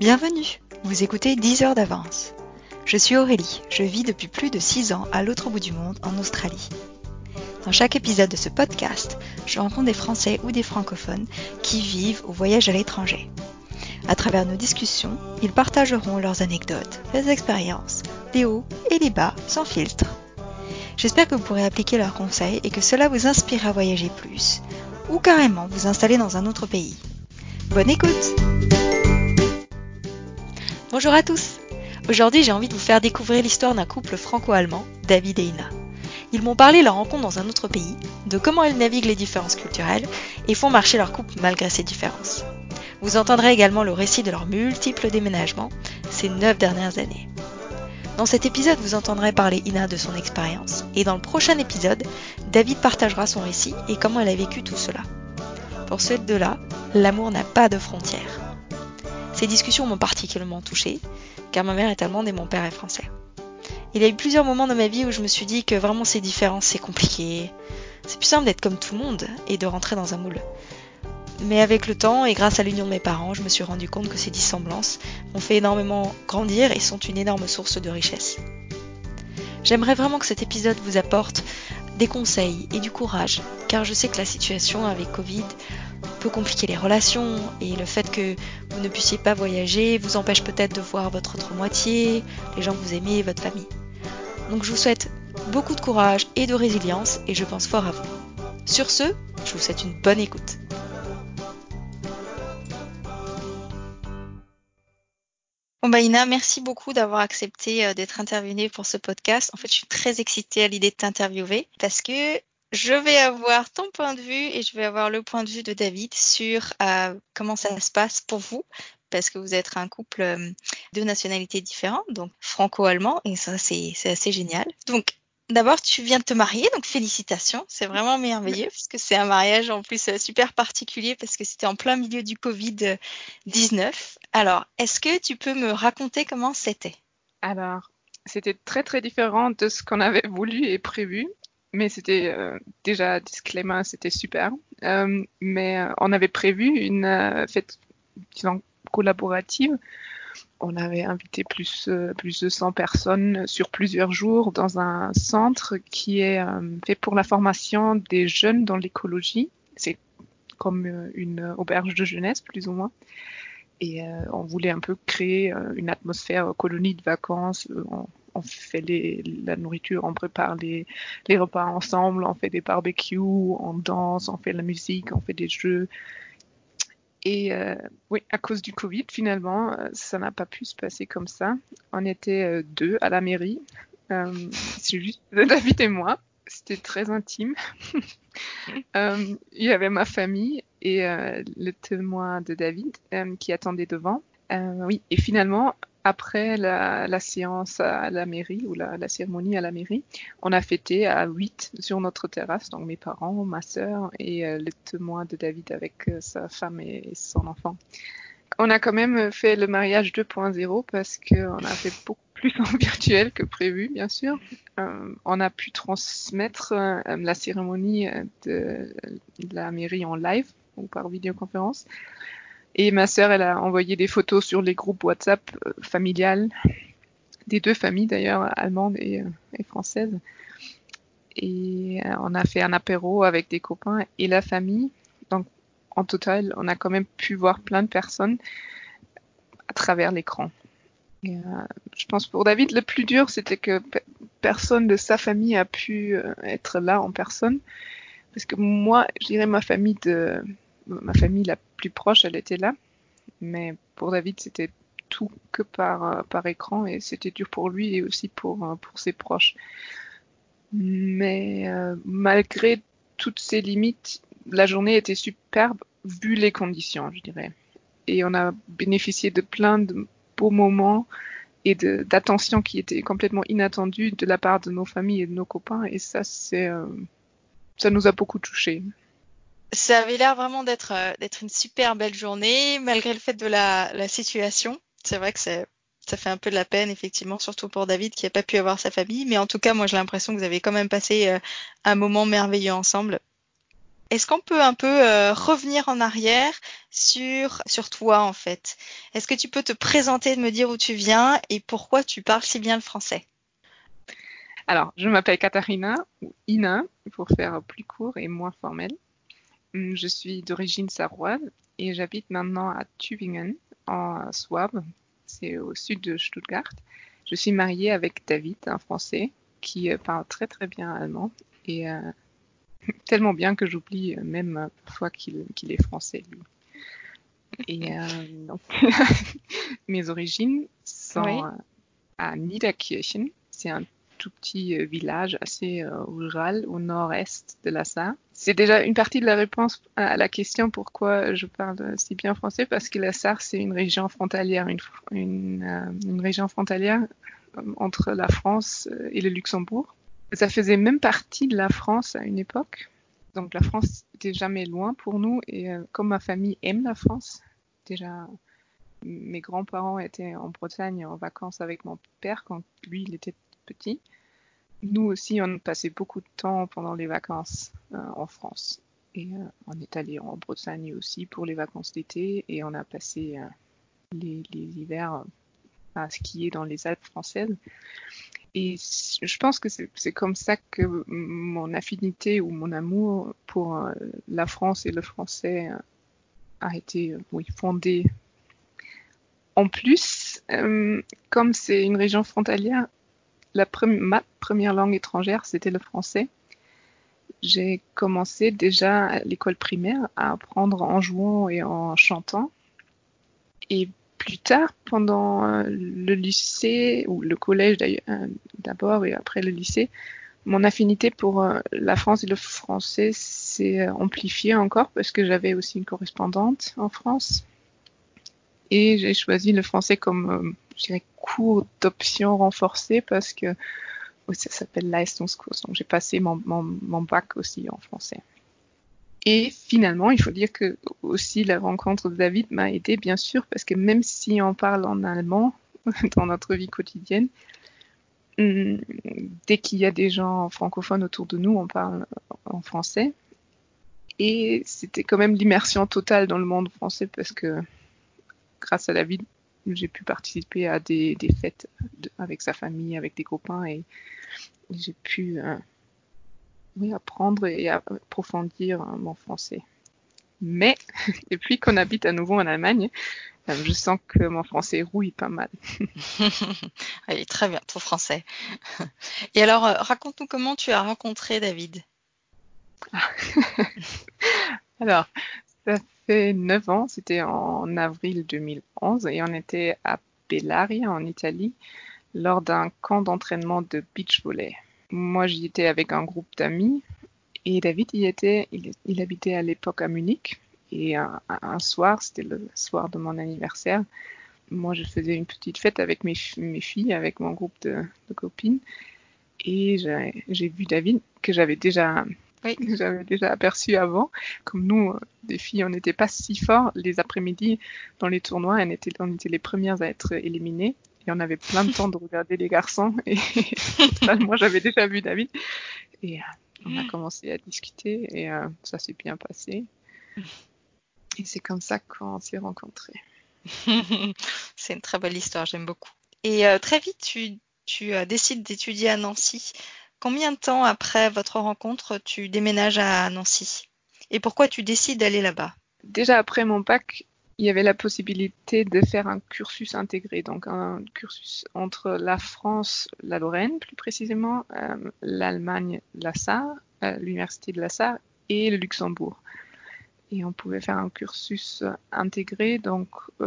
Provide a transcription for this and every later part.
Bienvenue, vous écoutez 10 heures d'avance. Je suis Aurélie, je vis depuis plus de 6 ans à l'autre bout du monde, en Australie. Dans chaque épisode de ce podcast, je rencontre des Français ou des francophones qui vivent ou voyagent à l'étranger. À travers nos discussions, ils partageront leurs anecdotes, leurs expériences, les hauts et les bas, sans filtre. J'espère que vous pourrez appliquer leurs conseils et que cela vous inspire à voyager plus, ou carrément vous installer dans un autre pays. Bonne écoute! Bonjour à tous! Aujourd'hui, j'ai envie de vous faire découvrir l'histoire d'un couple franco-allemand, David et Ina. Ils m'ont parlé de leur rencontre dans un autre pays, de comment ils naviguent les différences culturelles et font marcher leur couple malgré ces différences. Vous entendrez également le récit de leurs multiples déménagements ces 9 dernières années. Dans cet épisode, vous entendrez parler Ina de son expérience, et dans le prochain épisode, David partagera son récit et comment elle a vécu tout cela. Pour ceux de là, l'amour n'a pas de frontières. Ces discussions m'ont particulièrement touchée, car ma mère est allemande et mon père est français. Il y a eu plusieurs moments dans ma vie où je me suis dit que vraiment ces différences, c'est compliqué. C'est plus simple d'être comme tout le monde et de rentrer dans un moule. Mais avec le temps et grâce à l'union de mes parents, je me suis rendu compte que ces dissemblances m'ont fait énormément grandir et sont une énorme source de richesse. J'aimerais vraiment que cet épisode vous apporte des conseils et du courage, car je sais que la situation avec Covid peut compliquer les relations et le fait que vous ne puissiez pas voyager vous empêche peut-être de voir votre autre moitié, les gens que vous aimez et votre famille. Donc je vous souhaite beaucoup de courage et de résilience et je pense fort à vous. Sur ce, je vous souhaite une bonne écoute. Bon Ina, merci beaucoup d'avoir accepté d'être interviewée pour ce podcast. En fait, je suis très excitée à l'idée de t'interviewer parce que je vais avoir ton point de vue et je vais avoir le point de vue de David sur comment ça se passe pour vous parce que vous êtes un couple de nationalités différentes, donc franco-allemand, et ça c'est assez génial. Donc d'abord, tu viens de te marier, donc félicitations, c'est vraiment merveilleux puisque c'est un mariage en plus super particulier parce que c'était en plein milieu du Covid-19. Alors, est-ce que tu peux me raconter comment c'était? Alors, c'était très très différent de ce qu'on avait voulu et prévu, mais c'était déjà, disclaimer, c'était super. Mais on avait prévu une fête, disons, collaborative. On avait invité plus de 100 personnes sur plusieurs jours dans un centre qui est fait pour la formation des jeunes dans l'écologie. C'est comme une auberge de jeunesse, plus ou moins. Et on voulait un peu créer une atmosphère colonie de vacances. On fait la nourriture, on prépare les repas ensemble, on fait des barbecues, on danse, on fait la musique, on fait des jeux. Et oui, à cause du Covid, finalement, ça n'a pas pu se passer comme ça. On était deux à la mairie. C'est juste David et moi. C'était très intime. Il y avait ma famille et le témoin de David qui attendait devant. Oui, et finalement, après la séance à la mairie ou la cérémonie à la mairie, on a fêté à 8 sur notre terrasse, donc mes parents, ma sœur et le témoin de David avec sa femme et son enfant. On a quand même fait le mariage 2.0 parce qu'on a fait beaucoup plus en virtuel que prévu, bien sûr. On a pu transmettre la cérémonie de la mairie en live ou par vidéoconférence. Et ma sœur, elle a envoyé des photos sur les groupes WhatsApp familiales, des deux familles d'ailleurs, allemandes et françaises. Et on a fait un apéro avec des copains et la famille. Donc, en total, on a quand même pu voir plein de personnes à travers l'écran. Et, je pense pour David, le plus dur, c'était que personne de sa famille a pu être là en personne. Parce que moi, je dirais ma famille la plus proche, elle était là. Mais pour David, c'était tout que par écran et c'était dur pour lui et aussi pour ses proches. Mais malgré toutes ces limites, la journée était superbe vu les conditions, je dirais. Et on a bénéficié de plein de beaux moments et d'attention qui étaient complètement inattendues de la part de nos familles et de nos copains. Et ça, ça nous a beaucoup touchés. Ça avait l'air vraiment d'être une super belle journée, malgré le fait de la situation. C'est vrai que ça fait un peu de la peine, effectivement, surtout pour David qui n'a pas pu avoir sa famille. Mais en tout cas, moi, j'ai l'impression que vous avez quand même passé un moment merveilleux ensemble. Est-ce qu'on peut un peu revenir en arrière sur toi en fait. Est-ce que tu peux te présenter, me dire où tu viens et pourquoi tu parles si bien le français? Alors, je m'appelle Katharina, ou Ina, pour faire plus court et moins formel. Je suis d'origine sarroise et j'habite maintenant à Tübingen, en Souabe. C'est au sud de Stuttgart. Je suis mariée avec David, un Français, qui parle très très bien allemand et tellement bien que j'oublie même parfois qu'il est français, lui. Et donc, mes origines sont Oui. à Niederkirchen. C'est un tout petit village assez rural au nord-est de la Sarre. C'est déjà une partie de la réponse à la question pourquoi je parle si bien français, parce que la Sarre, c'est une région frontalière, une région frontalière entre la France et le Luxembourg. Ça faisait même partie de la France à une époque. Donc la France n'était jamais loin pour nous et comme ma famille aime la France, déjà mes grands-parents étaient en Bretagne en vacances avec mon père quand lui il était petit. Nous aussi on passait beaucoup de temps pendant les vacances en France et on est allé en Bretagne aussi pour les vacances d'été et on a passé les hivers à skier dans les Alpes françaises. Et je pense que c'est comme ça que mon affinité ou mon amour pour la France et le français a été oui, fondé. En plus, comme c'est une région frontalière, ma première langue étrangère, c'était le français. J'ai commencé déjà à l'école primaire à apprendre en jouant et en chantant. Et plus tard, pendant le lycée, ou le collège d'abord et après le lycée, mon affinité pour la France et le français s'est amplifiée encore parce que j'avais aussi une correspondante en France. Et j'ai choisi le français comme, je dirais, cours d'option renforcée parce que oui, ça s'appelle Leistungskurs. Donc j'ai passé mon bac aussi en français. Et finalement, il faut dire que aussi la rencontre de David m'a aidé, bien sûr, parce que même si on parle en allemand dans notre vie quotidienne, dès qu'il y a des gens francophones autour de nous, on parle en français. Et c'était quand même l'immersion totale dans le monde français parce que grâce à David, j'ai pu participer à des fêtes avec sa famille, avec des copains et j'ai pu oui, apprendre et approfondir mon français. Mais depuis qu'on habite à nouveau en Allemagne, je sens que mon français rouille pas mal. Il est très bien, ton français. Et alors, raconte-nous comment tu as rencontré David. Alors, ça fait 9 ans, c'était en avril 2011 et on était à Bellaria en Italie lors d'un camp d'entraînement de beach volley. Moi, j'y étais avec un groupe d'amis et David y était, il habitait à l'époque à Munich. Et un soir, c'était le soir de mon anniversaire, moi je faisais une petite fête avec mes filles, avec mon groupe de copines. Et j'ai vu David, que Oui. j'avais déjà aperçu avant. Comme nous, des filles, on n'était pas si forts. Les après-midi, dans les tournois, on était les premières à être éliminées. Et on avait plein de temps de regarder les garçons. Et au total, moi, j'avais déjà vu David. Et on a commencé à discuter et ça s'est bien passé. Et c'est comme ça qu'on s'est rencontrés. C'est une très belle histoire, j'aime beaucoup. Et très vite, tu décides d'étudier à Nancy. Combien de temps après votre rencontre, tu déménages à Nancy? Et pourquoi tu décides d'aller là-bas? Déjà après mon bac, il y avait la possibilité de faire un cursus intégré, donc un cursus entre la France, la Lorraine plus précisément, l'Allemagne, la Sarre, l'université de la Sarre et le Luxembourg. Et on pouvait faire un cursus intégré, donc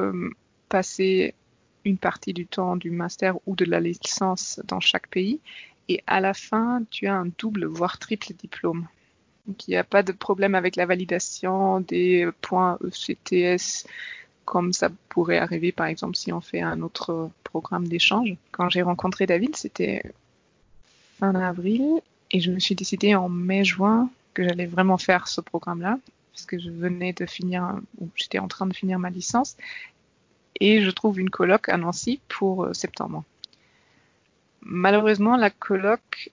passer une partie du temps du master ou de la licence dans chaque pays. Et à la fin, tu as un double, voire triple diplôme. Donc il n'y a pas de problème avec la validation des points ECTS comme ça pourrait arriver par exemple si on fait un autre programme d'échange. Quand j'ai rencontré David, c'était fin avril et je me suis décidée en mai-juin que j'allais vraiment faire ce programme-là parce que je venais de finir, ou j'étais en train de finir ma licence et je trouve une coloc à Nancy pour septembre. Malheureusement, la coloc,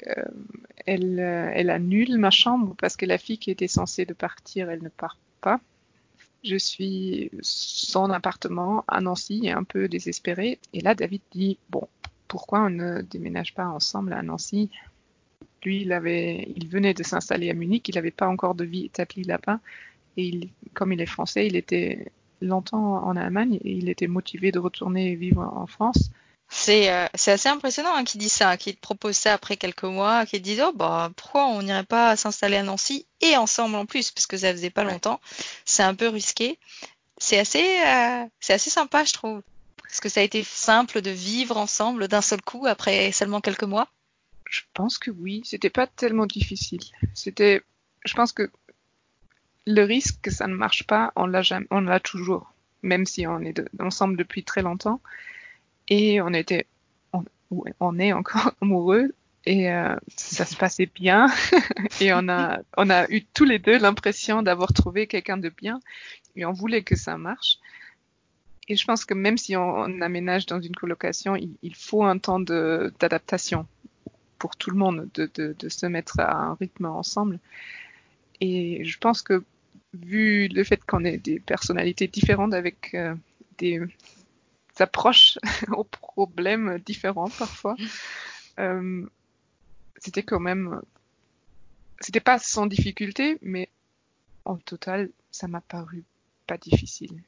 elle annule ma chambre parce que la fille qui était censée de partir, elle ne part pas. Je suis son appartement à Nancy et un peu désespérée. Et là, David dit, bon, pourquoi on ne déménage pas ensemble à Nancy? Lui, il venait de s'installer à Munich, il n'avait pas encore de vie établie là-bas. Et comme il est français, il était longtemps en Allemagne et il était motivé de retourner vivre en France. C'est assez impressionnant hein, qu'il dise ça, qu'il te propose ça après quelques mois, qu'il te dise oh bah pourquoi on n'irait pas s'installer à Nancy et ensemble en plus parce que ça faisait pas Ouais. longtemps. C'est un peu risqué. C'est assez sympa je trouve parce que ça a été simple de vivre ensemble d'un seul coup après seulement quelques mois. Je pense que oui, c'était pas tellement difficile. Je pense que le risque que ça ne marche pas, on l'a toujours, même si on est ensemble depuis très longtemps. Et on est encore amoureux et ça se passait bien. Et on a eu tous les deux l'impression d'avoir trouvé quelqu'un de bien et on voulait que ça marche. Et je pense que même si on aménage dans une colocation, il faut un temps d'adaptation pour tout le monde, de se mettre à un rythme ensemble. Et je pense que vu le fait qu'on ait des personnalités différentes avec des approches aux problèmes différents parfois, euh, c'était quand même, c'était pas sans difficulté, mais en total, ça m'a paru pas difficile.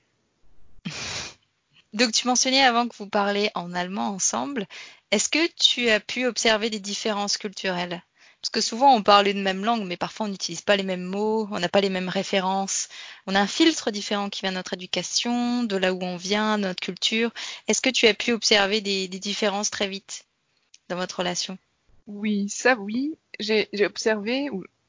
Donc tu mentionnais avant que vous parliez en allemand ensemble. Est-ce que tu as pu observer des différences culturelles? Parce que souvent on parle une même langue, mais parfois on n'utilise pas les mêmes mots, on n'a pas les mêmes références. On a un filtre différent qui vient de notre éducation, de là où on vient, de notre culture. Est-ce que tu as pu observer des différences très vite dans votre relation? Oui, ça oui, j'ai observé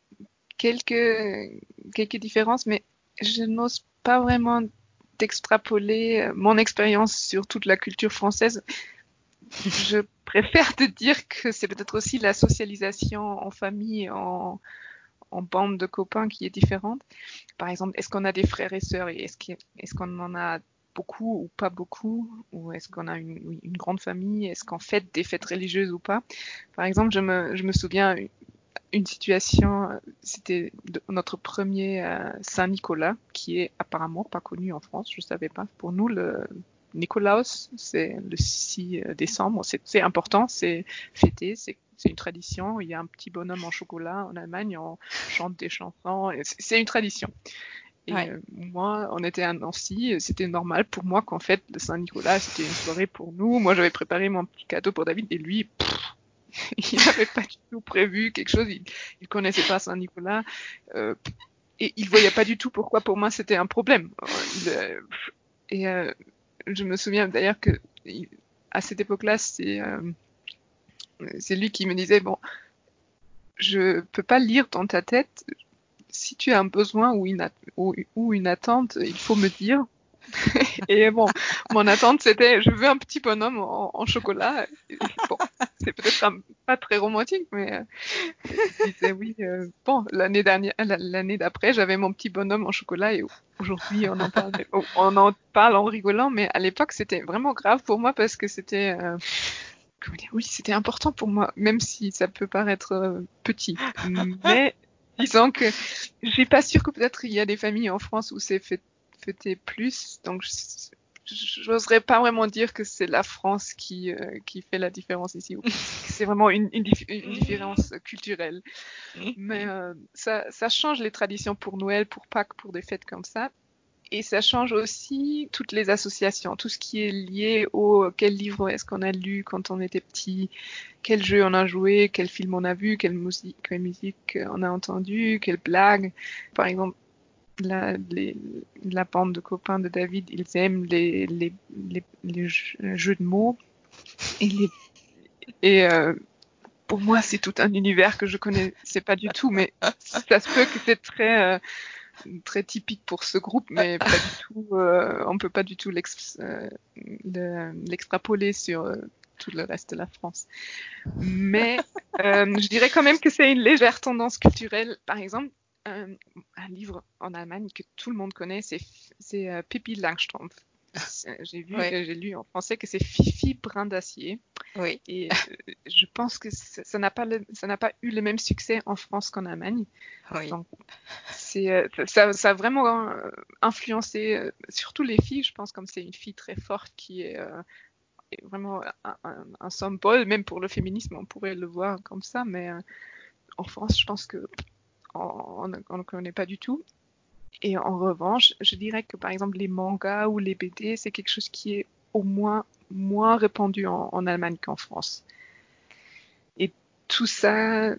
quelques différences, mais je n'ose pas vraiment d'extrapoler mon expérience sur toute la culture française. Je préfère te dire que c'est peut-être aussi la socialisation en famille, en bande de copains qui est différente. Par exemple, est-ce qu'on a des frères et sœurs et est-ce qu'on en a beaucoup ou pas beaucoup? Ou est-ce qu'on a une grande famille? Est-ce qu'on fête des fêtes religieuses ou pas? Par exemple, je me souviens une situation, c'était notre premier Saint-Nicolas, qui est apparemment pas connu en France, je savais pas. Pour nous, le Nikolaus, c'est le 6 décembre, c'est important, c'est fêté, c'est une tradition. Il y a un petit bonhomme en chocolat en Allemagne, on chante des chansons, c'est une tradition. Et Ouais. moi, on était à Nancy, c'était normal pour moi qu'en fait, le Saint-Nicolas, c'était une soirée pour nous. Moi, j'avais préparé mon petit cadeau pour David et lui, il n'avait pas du tout prévu quelque chose, il connaissait pas Saint-Nicolas, euh, et il voyait pas du tout pourquoi pour moi c'était un problème. Et je me souviens d'ailleurs que à cette époque-là, c'est lui qui me disait, bon, je peux pas lire dans ta tête, si tu as un besoin ou une attente, il faut me dire. Et bon, mon attente, c'était, je veux un petit bonhomme en chocolat. Et bon, c'est peut-être pas très romantique, mais je disais oui. Bon, l'année d'après, j'avais mon petit bonhomme en chocolat et aujourd'hui, on en parle en rigolant, mais à l'époque, c'était vraiment grave pour moi parce que c'était, comment dire, oui, c'était important pour moi, même si ça peut paraître petit. Mais disons que je suis pas sûre que peut-être il y a des familles en France où c'est fêté plus, donc j'oserais pas vraiment dire que c'est la France qui fait la différence ici, ou que c'est vraiment une différence culturelle. Mais ça change les traditions pour Noël, pour Pâques, pour des fêtes comme ça. Et ça change aussi toutes les associations, tout ce qui est lié au quel livre est-ce qu'on a lu quand on était petit, quel jeu on a joué, quel film on a vu, quelle musique on a entendu, quelle blague. Par exemple, la bande de copains de David, ils aiment les jeux de mots. Et, et pour moi, c'est tout un univers que je connaissais pas du tout, mais ça se peut que c'est très typique pour ce groupe, mais pas du tout. On peut pas du tout l'extrapoler sur tout le reste de la France. Mais je dirais quand même que c'est une légère tendance culturelle. Par exemple, un livre en Allemagne que tout le monde connaît, c'est Pippi Langstrumpf. Ouais. J'ai lu en français que c'est Fifi Brin d'Acier. Oui. Et je pense que ça n'a pas eu le même succès en France qu'en Allemagne. Oui. Donc, ça a vraiment influencé, surtout les filles, je pense, comme c'est une fille très forte qui est vraiment un symbole, même pour le féminisme, on pourrait le voir comme ça, mais en France, je pense que on ne connaît pas du tout. Et en revanche, je dirais que par exemple les mangas ou les BD, c'est quelque chose qui est au moins répandu en Allemagne qu'en France. Et tout ça,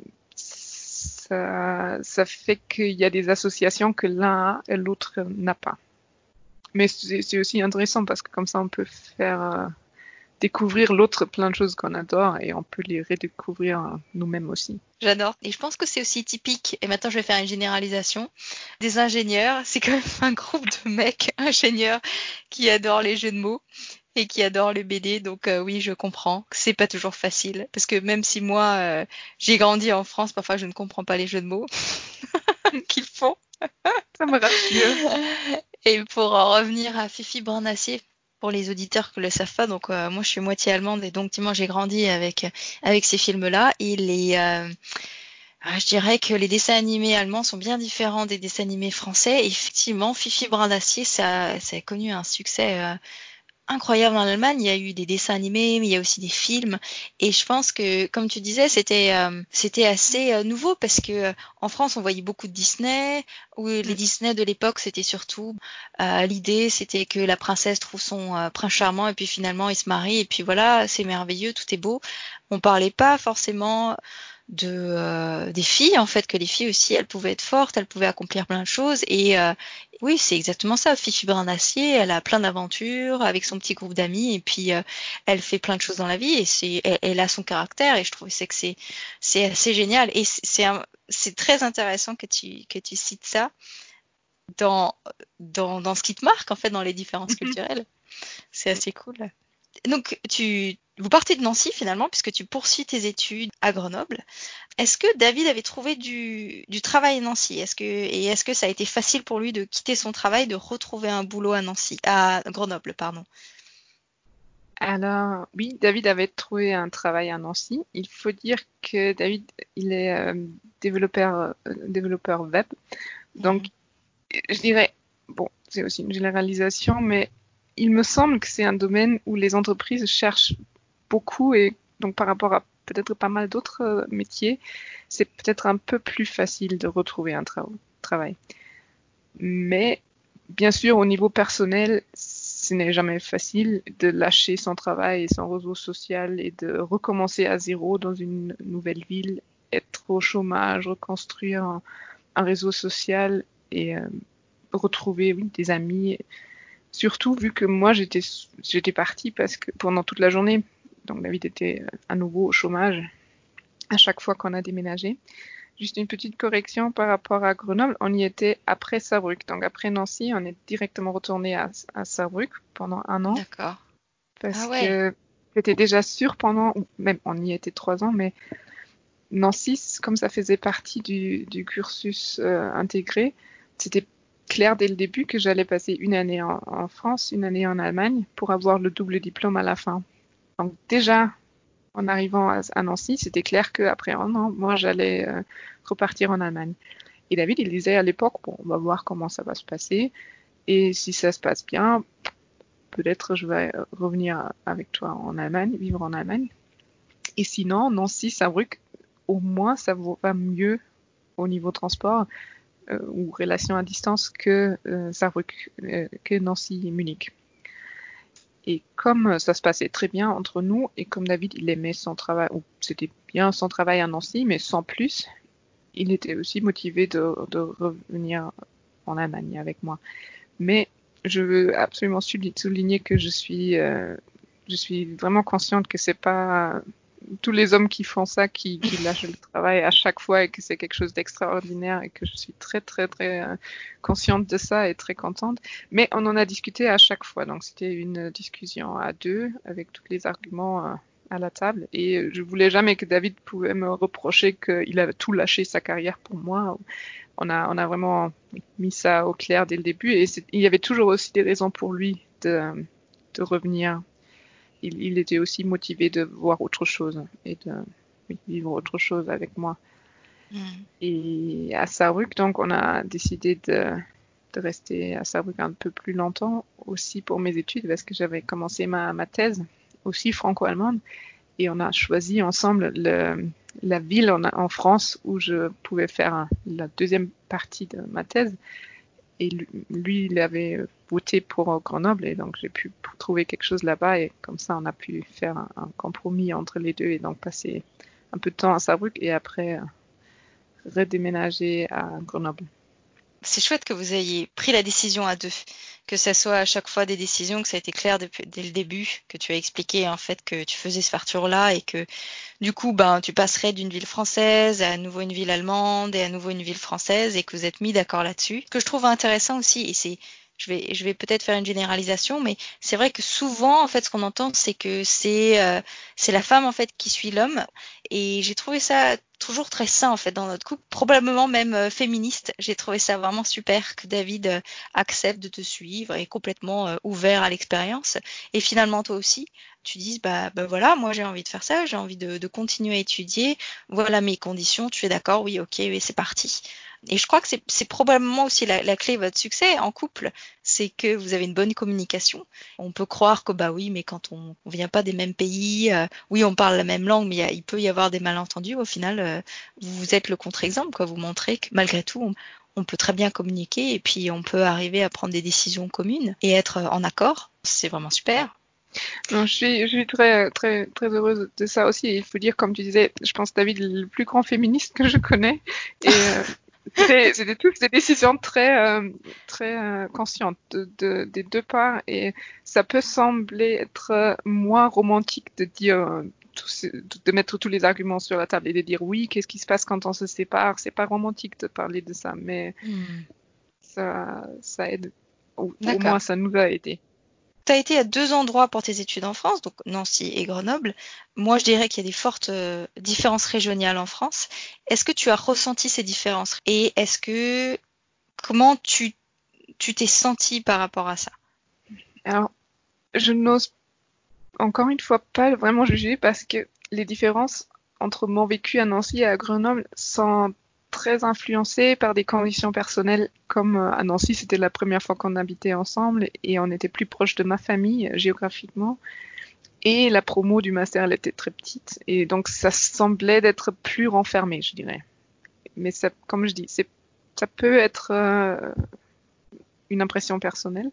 ça fait qu'il y a des associations que l'un a et l'autre n'a pas. Mais c'est aussi intéressant parce que comme ça, on peut faire découvrir l'autre plein de choses qu'on adore et on peut les redécouvrir nous-mêmes aussi. J'adore. Et je pense que c'est aussi typique, et maintenant je vais faire une généralisation, des ingénieurs. C'est quand même un groupe de mecs ingénieurs qui adorent les jeux de mots et qui adorent le BD. Donc oui, je comprends que c'est pas toujours facile. Parce que même si moi, j'ai grandi en France, parfois je ne comprends pas les jeux de mots qu'ils font. Ça me rassure. Et pour en revenir à Fifi Brindacier, pour les auditeurs qui ne le savent pas, donc moi je suis moitié allemande et donc moi j'ai grandi avec ces films-là. Et je dirais que les dessins animés allemands sont bien différents des dessins animés français. Et effectivement, Fifi Brindacier, ça a connu un succès incroyable en Allemagne. Il y a eu des dessins animés, mais il y a aussi des films. Et je pense que, comme tu disais, c'était assez nouveau parce que en France, on voyait beaucoup de Disney. Où les Disney de l'époque, c'était surtout l'idée, c'était que la princesse trouve son prince charmant et puis finalement, il se marie et puis voilà, c'est merveilleux, tout est beau. On parlait pas forcément des filles en fait, que les filles aussi elles pouvaient être fortes, elles pouvaient accomplir plein de choses. Et oui, c'est exactement ça. Fifi Brindacier, elle a plein d'aventures avec son petit groupe d'amis et puis elle fait plein de choses dans la vie et elle a son caractère et je trouve que c'est assez génial et c'est très intéressant que tu cites ça dans dans ce qui te marque en fait dans les différences culturelles. C'est assez cool. Donc vous partez de Nancy finalement puisque tu poursuis tes études à Grenoble. Est-ce que David avait trouvé du travail à Nancy? Est-ce que ça a été facile pour lui de quitter son travail, de retrouver un boulot à Nancy, à Grenoble, pardon? Alors, oui, David avait trouvé un travail à Nancy. Il faut dire que David, il est développeur web. Donc, Mhm. je dirais, bon, c'est aussi une généralisation, mais il me semble que c'est un domaine où les entreprises cherchent beaucoup et donc par rapport à peut-être pas mal d'autres métiers, c'est peut-être un peu plus facile de retrouver un travail. Mais bien sûr, au niveau personnel, ce n'est jamais facile de lâcher son travail et son réseau social et de recommencer à zéro dans une nouvelle ville, être au chômage, reconstruire un réseau social et retrouver oui, des amis. Surtout vu que moi j'étais partie parce que pendant toute la journée, donc David était à nouveau au chômage à chaque fois qu'on a déménagé. Juste une petite correction par rapport à Grenoble, on y était après Saarbrück. Donc après Nancy, on est directement retourné à Saarbrück pendant un an D'accord. parce Ah ouais. que c'était déjà sûr pendant, ou même on y était 3 ans, mais Nancy, comme ça faisait partie du cursus intégré, c'était clair dès le début que j'allais passer une année en France, une année en Allemagne pour avoir le double diplôme à la fin. Donc déjà, en arrivant à Nancy, c'était clair qu'après un an, moi, j'allais repartir en Allemagne. Et David, il disait à l'époque, bon, on va voir comment ça va se passer. Et si ça se passe bien, peut-être je vais revenir avec toi en Allemagne, vivre en Allemagne. Et sinon, Nancy, Saarbrück, au moins, ça va mieux au niveau transport ou relation à distance que Saarbrück, que Nancy et Munich. Et comme ça se passait très bien entre nous, et comme David, il aimait son travail, ou c'était bien son travail à Nancy, mais sans plus, il était aussi motivé de revenir en Allemagne avec moi. Mais je veux absolument souligner que je suis vraiment consciente que c'est pas tous les hommes qui font ça qui lâchent le travail à chaque fois et que c'est quelque chose d'extraordinaire et que je suis très très très consciente de ça et très contente. Mais on en a discuté à chaque fois, donc c'était une discussion à deux avec tous les arguments à la table et je voulais jamais que David pouvait me reprocher qu'il avait tout lâché sa carrière pour moi. On a vraiment mis ça au clair dès le début et il y avait toujours aussi des raisons pour lui de revenir. Il était aussi motivé de voir autre chose et de vivre autre chose avec moi. Hmm. Et à Sarrebruck, donc, on a décidé de rester à Sarrebruck un peu plus longtemps aussi pour mes études parce que j'avais commencé ma thèse aussi franco-allemande et on a choisi ensemble la ville en France où je pouvais faire la deuxième partie de ma thèse. Et lui, il avait voté pour Grenoble et donc j'ai pu trouver quelque chose là-bas et comme ça on a pu faire un compromis entre les deux et donc passer un peu de temps à Sarrebruck et après redéménager à Grenoble. C'est chouette que vous ayez pris la décision à deux, que ça soit à chaque fois des décisions, que ça a été clair dès le début, que tu as expliqué en fait que tu faisais ce parcours-là et que du coup, ben, tu passerais d'une ville française à nouveau une ville allemande et à nouveau une ville française et que vous êtes mis d'accord là-dessus. Ce que je trouve intéressant aussi, et c'est, je vais peut-être faire une généralisation, mais c'est vrai que souvent, en fait, ce qu'on entend, c'est que c'est la femme en fait qui suit l'homme. Et j'ai trouvé ça toujours très sain en fait dans notre couple, probablement même féministe. J'ai trouvé ça vraiment super que David accepte de te suivre et est complètement ouvert à l'expérience. Et finalement, toi aussi tu dises bah voilà, moi j'ai envie de faire ça, j'ai envie de continuer à étudier, voilà mes conditions, tu es d'accord, oui, ok, oui, c'est parti. Et je crois que c'est probablement aussi la clé de votre succès en couple, c'est que vous avez une bonne communication. On peut croire que bah oui, mais quand on vient pas des mêmes pays, oui, on parle la même langue, mais il peut y avoir des malentendus. Au final, vous êtes le contre-exemple, quoi. Vous montrez que malgré tout, on peut très bien communiquer et puis on peut arriver à prendre des décisions communes et être en accord. C'est vraiment super. Non, je suis très, très, très heureuse de ça aussi. Et il faut dire, comme tu disais, je pense que David est le plus grand féministe que je connais. Et c'était toutes des décisions très, très conscientes des deux parts. Et ça peut sembler être moins romantique de dire, de mettre tous les arguments sur la table et de dire oui, qu'est-ce qui se passe quand on se sépare. C'est pas romantique de parler de ça, mais Hmm. ça aide. Au moins, D'accord. ça nous a aidé. Tu as été à deux endroits pour tes études en France, donc Nancy et Grenoble. Moi, je dirais qu'il y a des fortes différences régionales en France. Est-ce que tu as ressenti ces différences? Et comment tu t'es senti par rapport à ça? Alors, je n'ose encore une fois pas vraiment juger parce que les différences entre mon vécu à Nancy et à Grenoble sont très influencées par des conditions personnelles. Comme à Nancy, c'était la première fois qu'on habitait ensemble et on était plus proche de ma famille géographiquement. Et la promo du master, elle était très petite et donc ça semblait d'être plus renfermé, je dirais. Mais ça, comme je dis, ça peut être une impression personnelle.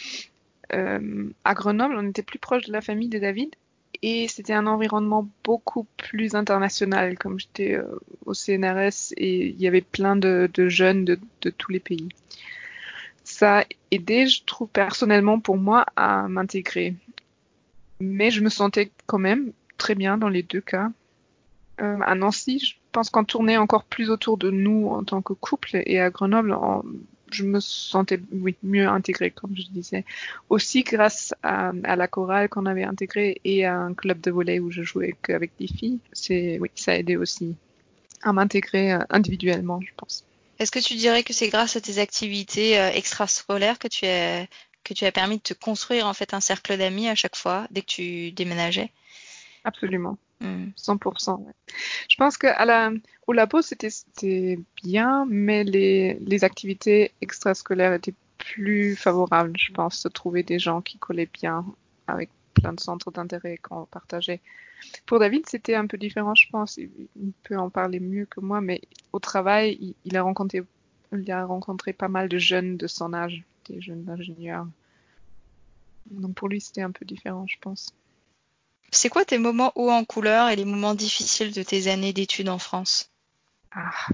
À Grenoble, on était plus proche de la famille de David et c'était un environnement beaucoup plus international, comme j'étais au CNRS et il y avait plein de jeunes de tous les pays. Ça a aidé, je trouve personnellement pour moi, à m'intégrer. Mais je me sentais quand même très bien dans les deux cas. À Nancy, je pense qu'on tournait encore plus autour de nous en tant que couple et à Grenoble, je me sentais oui, mieux intégrée, comme je disais. Aussi grâce à la chorale qu'on avait intégrée et à un club de volley où je jouais qu'avec des filles. Oui, ça a aidé aussi à m'intégrer individuellement, je pense. Est-ce que tu dirais que c'est grâce à tes activités extrascolaires que tu as permis de te construire en fait un cercle d'amis à chaque fois dès que tu déménageais? Absolument. Hmm. 100%. Ouais. Je pense au labo, c'était bien, mais les activités extrascolaires étaient plus favorables, je pense, de trouver des gens qui collaient bien avec plein de centres d'intérêt qu'on partageait. Pour David, c'était un peu différent, je pense. Il peut en parler mieux que moi, mais au travail, il a rencontré pas mal de jeunes de son âge, des jeunes ingénieurs. Donc pour lui, c'était un peu différent, je pense. C'est quoi tes moments hauts en couleur et les moments difficiles de tes années d'études en France? Ah.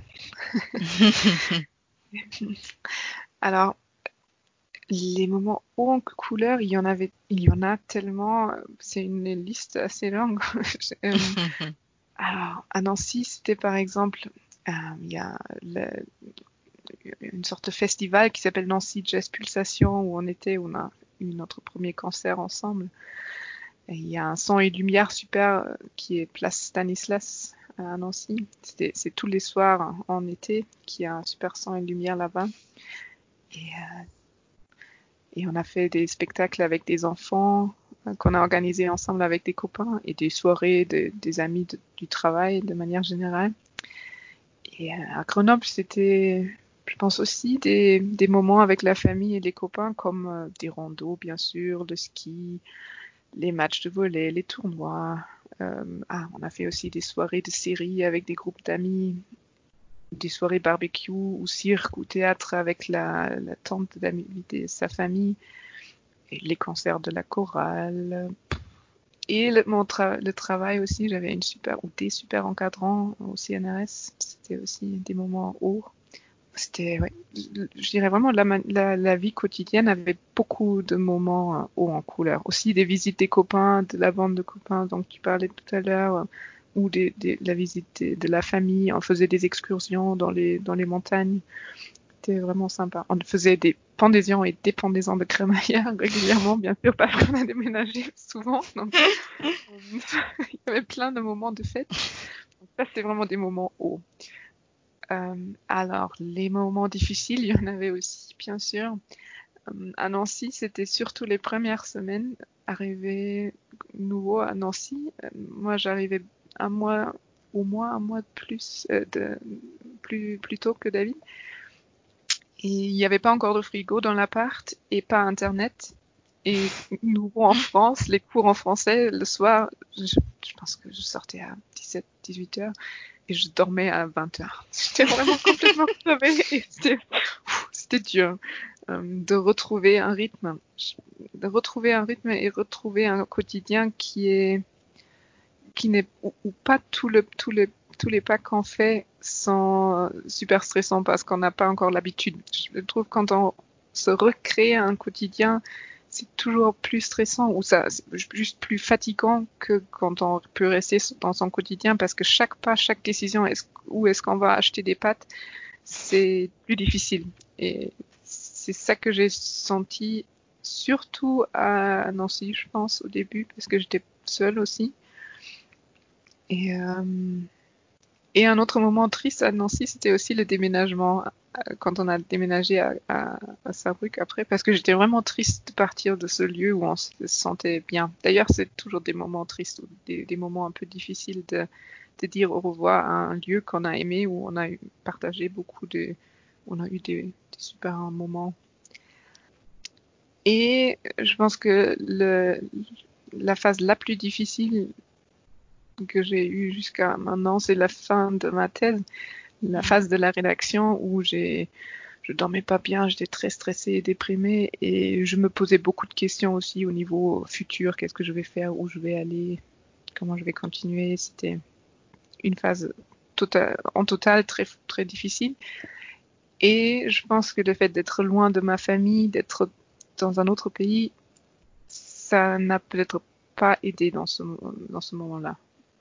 Alors, les moments hauts en couleur, il y en a tellement. C'est une liste assez longue. Alors, à Nancy, c'était par exemple, il y a une sorte de festival qui s'appelle Nancy Jazz Pulsation où on a eu notre premier concert ensemble. Et il y a un son et lumière super qui est Place Stanislas à Nancy. C'est tous les soirs en été qu'il y a un super son et lumière là-bas. Et Et on a fait des spectacles avec des enfants qu'on a organisés ensemble avec des copains et des soirées des amis du travail de manière générale. Et Et à Grenoble, c'était, je pense aussi, des moments avec la famille et les copains, comme des randos, bien sûr, le ski, les matchs de volley, les tournois. On a fait aussi des soirées de séries avec des groupes d'amis, des soirées barbecue ou cirque ou théâtre avec la tante d'amis de sa famille, et les concerts de la chorale. Et le travail aussi, j'avais des super encadrants au CNRS. C'était aussi des moments hauts. C'était, ouais, je dirais vraiment la vie quotidienne avait beaucoup de moments hauts en couleur. Aussi des visites des copains, de la bande de copains dont tu parlais tout à l'heure, ou la visite de la famille. On faisait des excursions dans les montagnes. C'était vraiment sympa. On faisait des pendaisons et des pendaisons de crémaillère régulièrement, bien sûr, parce qu'on a déménagé souvent. Donc, il y avait plein de moments de fête. Donc, ça, c'est vraiment des moments hauts. Alors, les moments difficiles, il y en avait aussi, bien sûr. À Nancy, c'était surtout les premières semaines. Arrivé nouveau à Nancy, moi, j'arrivais un mois de plus tôt que David. Et il n'y avait pas encore de frigo dans l'appart et pas Internet. Et nouveau en France, les cours en français, le soir, je pense que je sortais à 17, 18 heures et je dormais à 20 heures. J'étais vraiment complètement crevée et c'était dur de retrouver un rythme et retrouver un quotidien qui n'est ou pas tous les pas qu'on fait sont super stressants parce qu'on n'a pas encore l'habitude. Je trouve quand on se recrée un quotidien, c'est toujours plus stressant ou ça, c'est juste plus fatigant que quand on peut rester dans son quotidien parce que chaque pas, chaque décision, où est-ce qu'on va acheter des pâtes, c'est plus difficile. Et c'est ça que j'ai senti surtout à Nancy, je pense, au début, parce que j'étais seule aussi. Et, et un autre moment triste à Nancy, c'était aussi le déménagement, quand on a déménagé à Saarbrück après, parce que j'étais vraiment triste de partir de ce lieu où on se sentait bien. D'ailleurs, c'est toujours des moments tristes, des moments un peu difficiles de dire au revoir à un lieu qu'on a aimé, où on a partagé on a eu des super moments. Et je pense que la phase la plus difficile que j'ai eue jusqu'à maintenant, c'est la fin de ma thèse, la phase de la rédaction où je dormais pas bien, j'étais très stressée et déprimée et je me posais beaucoup de questions aussi au niveau futur, qu'est-ce que je vais faire, où je vais aller, comment je vais continuer. C'était une phase en total très, très difficile. Et je pense que le fait d'être loin de ma famille, d'être dans un autre pays, ça n'a peut-être pas aidé dans ce moment-là.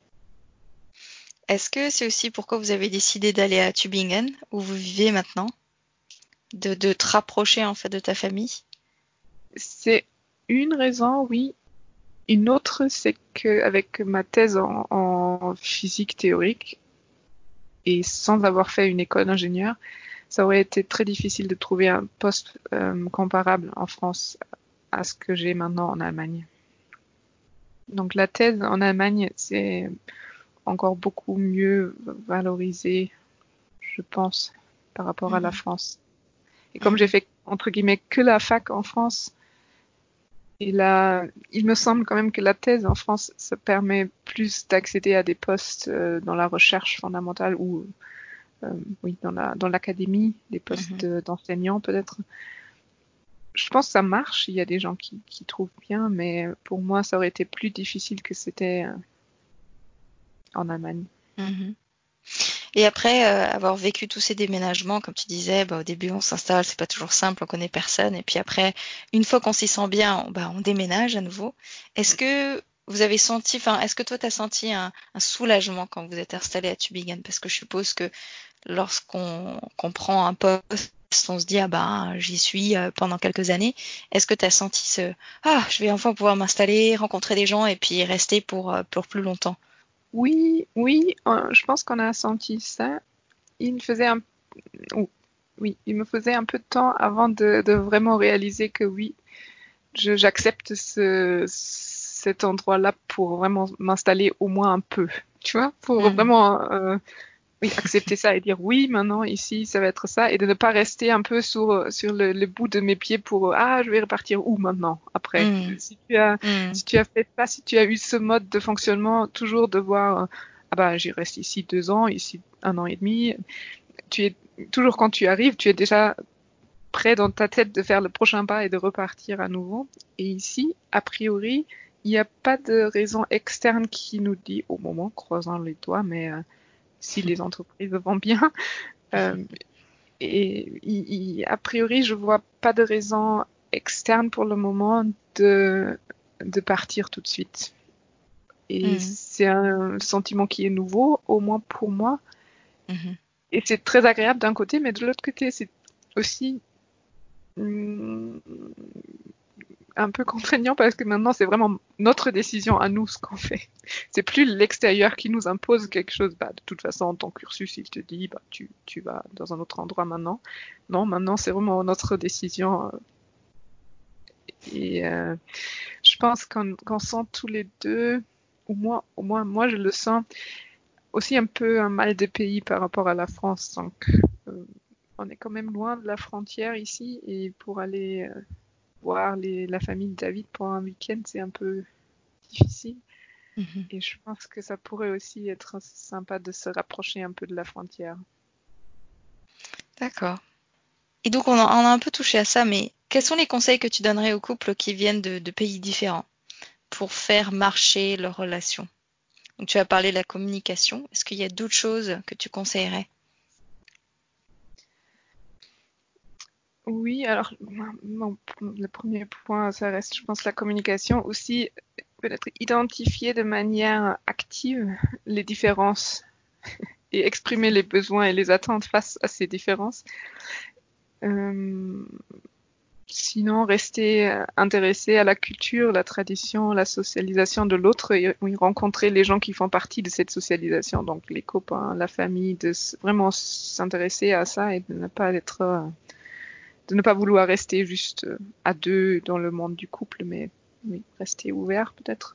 Est-ce que c'est aussi pourquoi vous avez décidé d'aller à Tübingen, où vous vivez maintenant, de te rapprocher en fait de ta famille? C'est une raison, oui. Une autre, c'est qu'avec ma thèse en physique théorique et sans avoir fait une école d'ingénieur, ça aurait été très difficile de trouver un poste comparable en France à ce que j'ai maintenant en Allemagne. Donc la thèse en Allemagne, c'est encore beaucoup mieux valorisé, je pense, par rapport à la France. Et comme j'ai fait, entre guillemets, que la fac en France, et là, il me semble quand même que la thèse en France, ça permet plus d'accéder à des postes dans la recherche fondamentale ou oui, dans l'académie, des postes d'enseignants peut-être. Je pense que ça marche, il y a des gens qui trouvent bien, mais pour moi, ça aurait été plus difficile que c'était en Allemagne. Mhm. Et après avoir vécu tous ces déménagements, comme tu disais, bah, au début on s'installe, c'est pas toujours simple, on connaît personne, et puis après, une fois qu'on s'y sent bien, on déménage à nouveau. Est-ce que vous avez senti, enfin, est-ce que toi t'as senti un soulagement quand vous êtes installé à Tübingen? Parce que je suppose que lorsqu'on prend un poste, on se dit ah bah j'y suis pendant quelques années. Est-ce que t'as senti je vais enfin pouvoir m'installer, rencontrer des gens et puis rester pour plus longtemps? Oui, je pense qu'on a senti ça. Il me faisait un, oh, oui, il me faisait un peu de temps avant de vraiment réaliser que oui, j'accepte cet endroit-là pour vraiment m'installer au moins un peu, tu vois, pour vraiment oui, accepter ça et dire oui, maintenant ici ça va être ça, et de ne pas rester un peu sur le bout de mes pieds pour je vais repartir où maintenant après. Mm. Si tu as fait ça, si tu as eu ce mode de fonctionnement, toujours de voir ah bah j'y reste ici 2 ans, ici 1 an et demi. Tu es toujours quand tu arrives, tu es déjà prêt dans ta tête de faire le prochain pas et de repartir à nouveau. Et ici, a priori, il n'y a pas de raison externe qui nous dit au moment, croisant les doigts, mais si les entreprises vont bien. Euh, et a priori, je vois pas de raison externe pour le moment de partir tout de suite. Et Mm. c'est un sentiment qui est nouveau, au moins pour moi. Mhm. Et c'est très agréable d'un côté, mais de l'autre côté, c'est aussi hum, un peu contraignant parce que maintenant, c'est vraiment notre décision à nous ce qu'on fait. C'est plus l'extérieur qui nous impose quelque chose. Bah, de toute façon, ton cursus, il te dit, bah, tu vas dans un autre endroit maintenant. Non, maintenant, c'est vraiment notre décision. Et je pense qu'on sent tous les deux, au moins, moi, je le sens aussi un peu un mal de pays par rapport à la France. Donc, euh, on est quand même loin de la frontière ici et pour aller voir la famille de David pendant un week-end, c'est un peu difficile. Mhm. Et je pense que ça pourrait aussi être sympa de se rapprocher un peu de la frontière. D'accord. Et donc on a un peu touché à ça, mais quels sont les conseils que tu donnerais aux couples qui viennent de pays différents pour faire marcher leur relation? Donc tu as parlé de la communication. Est-ce qu'il y a d'autres choses que tu conseillerais? Oui, alors le premier point, ça reste, je pense, la communication. Aussi, peut-être identifier de manière active les différences et exprimer les besoins et les attentes face à ces différences. Euh, Sinon, rester intéressé à la culture, la tradition, la socialisation de l'autre et oui, rencontrer les gens qui font partie de cette socialisation, donc les copains, la famille, vraiment s'intéresser à ça et de ne pas vouloir rester juste à deux dans le monde du couple, mais oui, rester ouvert peut-être.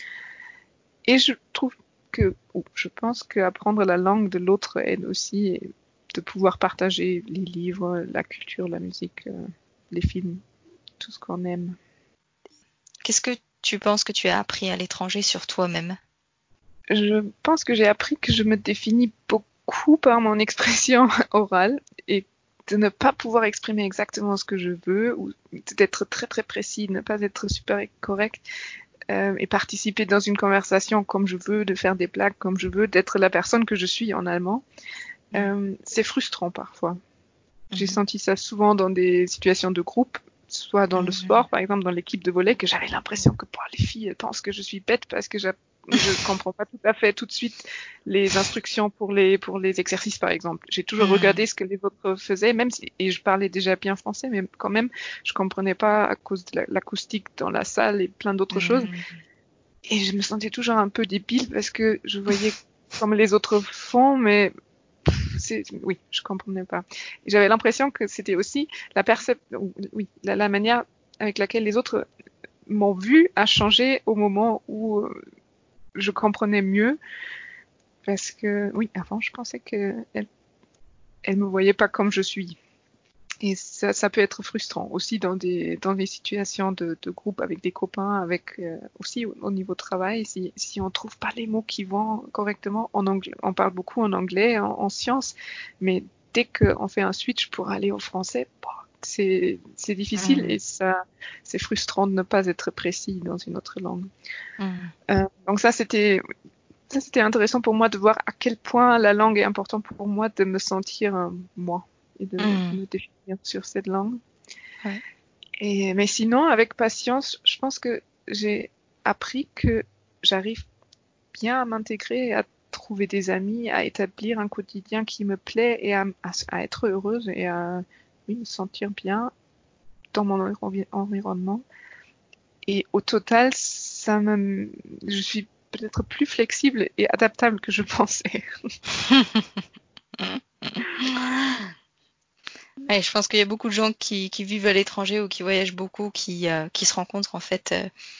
Et je trouve je pense qu'apprendre la langue de l'autre aide aussi de pouvoir partager les livres, la culture, la musique, les films, tout ce qu'on aime. Qu'est-ce que tu penses que tu as appris à l'étranger sur toi-même? Je pense que j'ai appris que je me définis beaucoup par mon expression orale et de ne pas pouvoir exprimer exactement ce que je veux ou d'être très très précis, de ne pas être super correct et participer dans une conversation comme je veux, de faire des blagues comme je veux, d'être la personne que je suis en allemand. C'est frustrant parfois. J'ai Mhm. senti ça souvent dans des situations de groupe, soit dans le Mhm. sport, par exemple dans l'équipe de volley, que j'avais l'impression que les filles pensent que je suis bête parce que je comprends pas tout à fait tout de suite les instructions pour les exercices, par exemple. J'ai toujours Mhm. regardé ce que les autres faisaient, même si, et je parlais déjà bien français, mais quand même, je comprenais pas à cause de l'acoustique dans la salle et plein d'autres choses. Mhm. Et je me sentais toujours un peu débile parce que je voyais comme les autres font, mais oui, je comprenais pas. Et j'avais l'impression que c'était aussi oui, la manière avec laquelle les autres m'ont vu a changé au moment où je comprenais mieux. Parce que, oui, avant, je pensais elle me voyait pas comme je suis. Et ça peut être frustrant aussi dans des situations de groupe avec des copains, avec aussi au niveau travail, si on trouve pas les mots qui vont correctement en anglais. On parle beaucoup en anglais, en sciences, mais dès qu'on fait un switch pour aller au français, c'est difficile Mhm. et c'est frustrant de ne pas être précis dans une autre langue. Mhm. Donc ça, c'était intéressant pour moi de voir à quel point la langue est importante pour moi de me sentir moi et de Mhm. me définir sur cette langue. Ouais. Mais sinon, avec patience, je pense que j'ai appris que j'arrive bien à m'intégrer, à trouver des amis, à établir un quotidien qui me plaît et à être heureuse et à oui, me sentir bien dans mon environnement. Et au total, je suis peut-être plus flexible et adaptable que je pensais. Ouais, je pense qu'il y a beaucoup de gens qui vivent à l'étranger ou qui voyagent beaucoup, qui se rencontrent en fait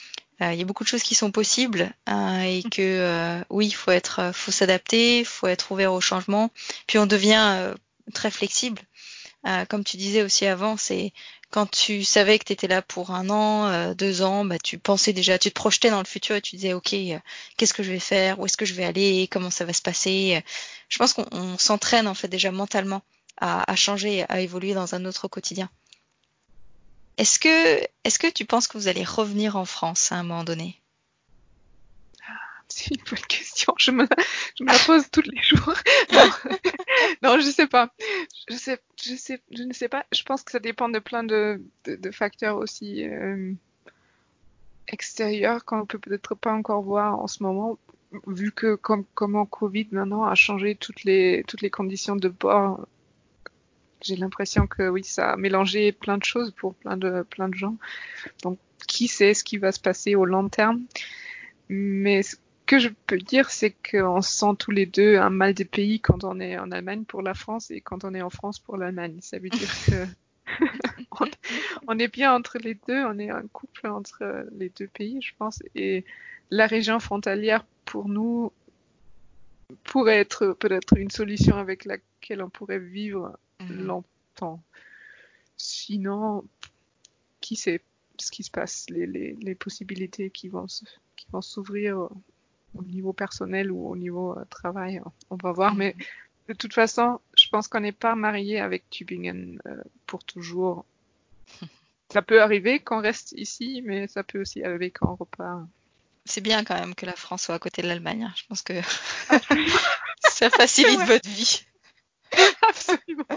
il y a beaucoup de choses qui sont possibles et que oui, faut s'adapter, il faut être ouvert au changement. Puis on devient très flexible. Comme tu disais aussi avant, c'est quand tu savais que tu étais là pour 1 an, 2 ans, bah, tu pensais déjà, tu te projetais dans le futur et tu disais, OK, qu'est-ce que je vais faire? Où est-ce que je vais aller? Comment ça va se passer? Je pense qu'on s'entraîne en fait déjà mentalement à changer, à évoluer dans un autre quotidien. Est-ce que tu penses que vous allez revenir en France à un moment donné? C'est une bonne question. Je me la pose tous les jours. Non, non, je sais pas. Je ne sais pas. Je pense que ça dépend de plein de facteurs aussi extérieurs qu'on peut peut-être pas encore voir en ce moment, vu que comment Covid maintenant a changé toutes les conditions de bord. J'ai l'impression que oui, ça a mélangé plein de choses pour plein de gens. Donc, qui sait ce qui va se passer au long terme? Mais ce que je peux dire, c'est qu'on sent tous les deux un mal des pays quand on est en Allemagne pour la France et quand on est en France pour l'Allemagne. Ça veut dire que on est bien entre les deux, on est un couple entre les deux pays, je pense. Et la région frontalière, pour nous, pourrait être peut-être une solution avec laquelle on pourrait vivre longtemps. Sinon, qui sait ce qui se passe, les possibilités qui vont s'ouvrir au niveau personnel ou au niveau travail, on va voir. Mais de toute façon, je pense qu'on n'est pas marié avec Tübingen pour toujours. Ça peut arriver qu'on reste ici, mais ça peut aussi arriver qu'on repart. C'est bien quand même que la France soit à côté de l'Allemagne. Je pense que Absolument. ça facilite votre vie. Absolument.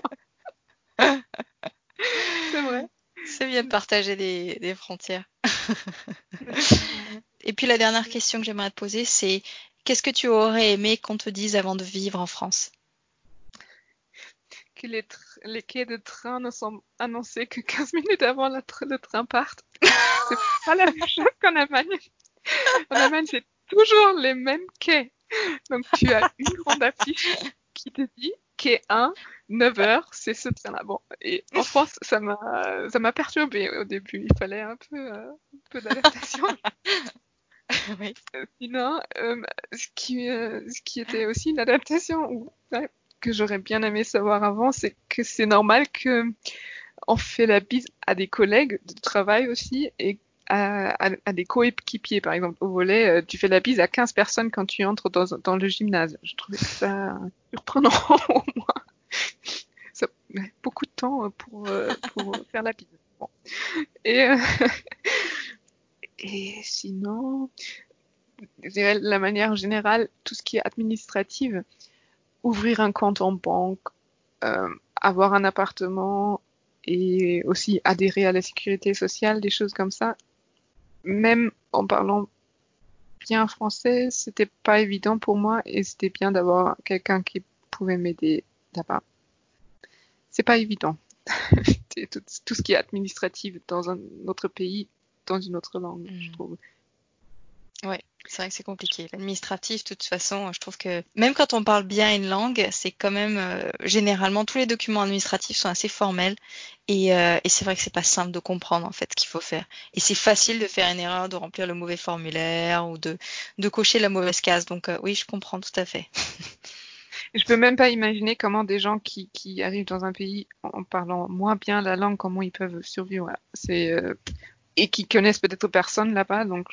C'est vrai. C'est bien de partager des frontières. Et puis la dernière question que j'aimerais te poser, c'est qu'est-ce que tu aurais aimé qu'on te dise avant de vivre en France? Que les quais de train ne sont annoncés que 15 minutes avant le train parte. C'est pas la même chose qu'en Allemagne. En Allemagne, c'est toujours les mêmes quais. Donc, tu as une grande affiche qui te dit quai 1, 9h, c'est ce train-là. Bon, et en France, ça m'a perturbée au début. Il fallait un peu d'adaptation. Oui. Sinon, ce qui était aussi une adaptation que j'aurais bien aimé savoir avant, c'est que c'est normal que on fait la bise à des collègues de travail aussi et à des coéquipiers. Par exemple, au volley, tu fais la bise à 15 personnes quand tu entres dans le gymnase. Je trouvais ça surprenant au moins. Ça met beaucoup de temps pour faire la bise. Bon. Et, et sinon, je dirais la manière générale, tout ce qui est administratif, ouvrir un compte en banque, avoir un appartement et aussi adhérer à la sécurité sociale, des choses comme ça. Même en parlant bien français, c'était pas évident pour moi et c'était bien d'avoir quelqu'un qui pouvait m'aider là-bas. C'est pas évident. Tout ce qui est administratif dans un autre pays, dans une autre langue, je trouve. Ouais, c'est vrai que c'est compliqué. L'administratif, de toute façon, je trouve que même quand on parle bien une langue, c'est quand même généralement tous les documents administratifs sont assez formels et c'est vrai que c'est pas simple de comprendre en fait ce qu'il faut faire. Et c'est facile de faire une erreur, de remplir le mauvais formulaire ou de cocher la mauvaise case. Donc oui, je comprends tout à fait. Je peux même pas imaginer comment des gens qui arrivent dans un pays en parlant moins bien la langue, comment ils peuvent survivre. Et qui connaissent peut-être personne là-bas. Donc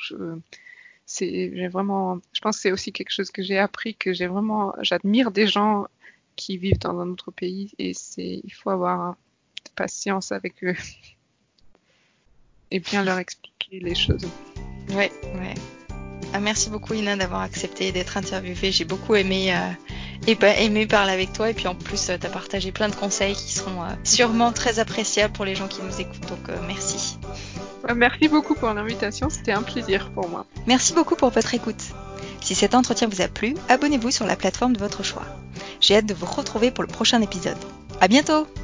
je pense que c'est aussi quelque chose que j'ai appris, que j'admire des gens qui vivent dans un autre pays et il faut avoir patience avec eux et bien leur expliquer les choses. Ouais, ouais. Ah, merci beaucoup Ina d'avoir accepté d'être interviewée. J'ai beaucoup aimé aimé parler avec toi et puis en plus tu as partagé plein de conseils qui seront sûrement très appréciables pour les gens qui nous écoutent. Donc merci. Merci beaucoup pour l'invitation, c'était un plaisir pour moi. Merci beaucoup pour votre écoute. Si cet entretien vous a plu, abonnez-vous sur la plateforme de votre choix. J'ai hâte de vous retrouver pour le prochain épisode. À bientôt!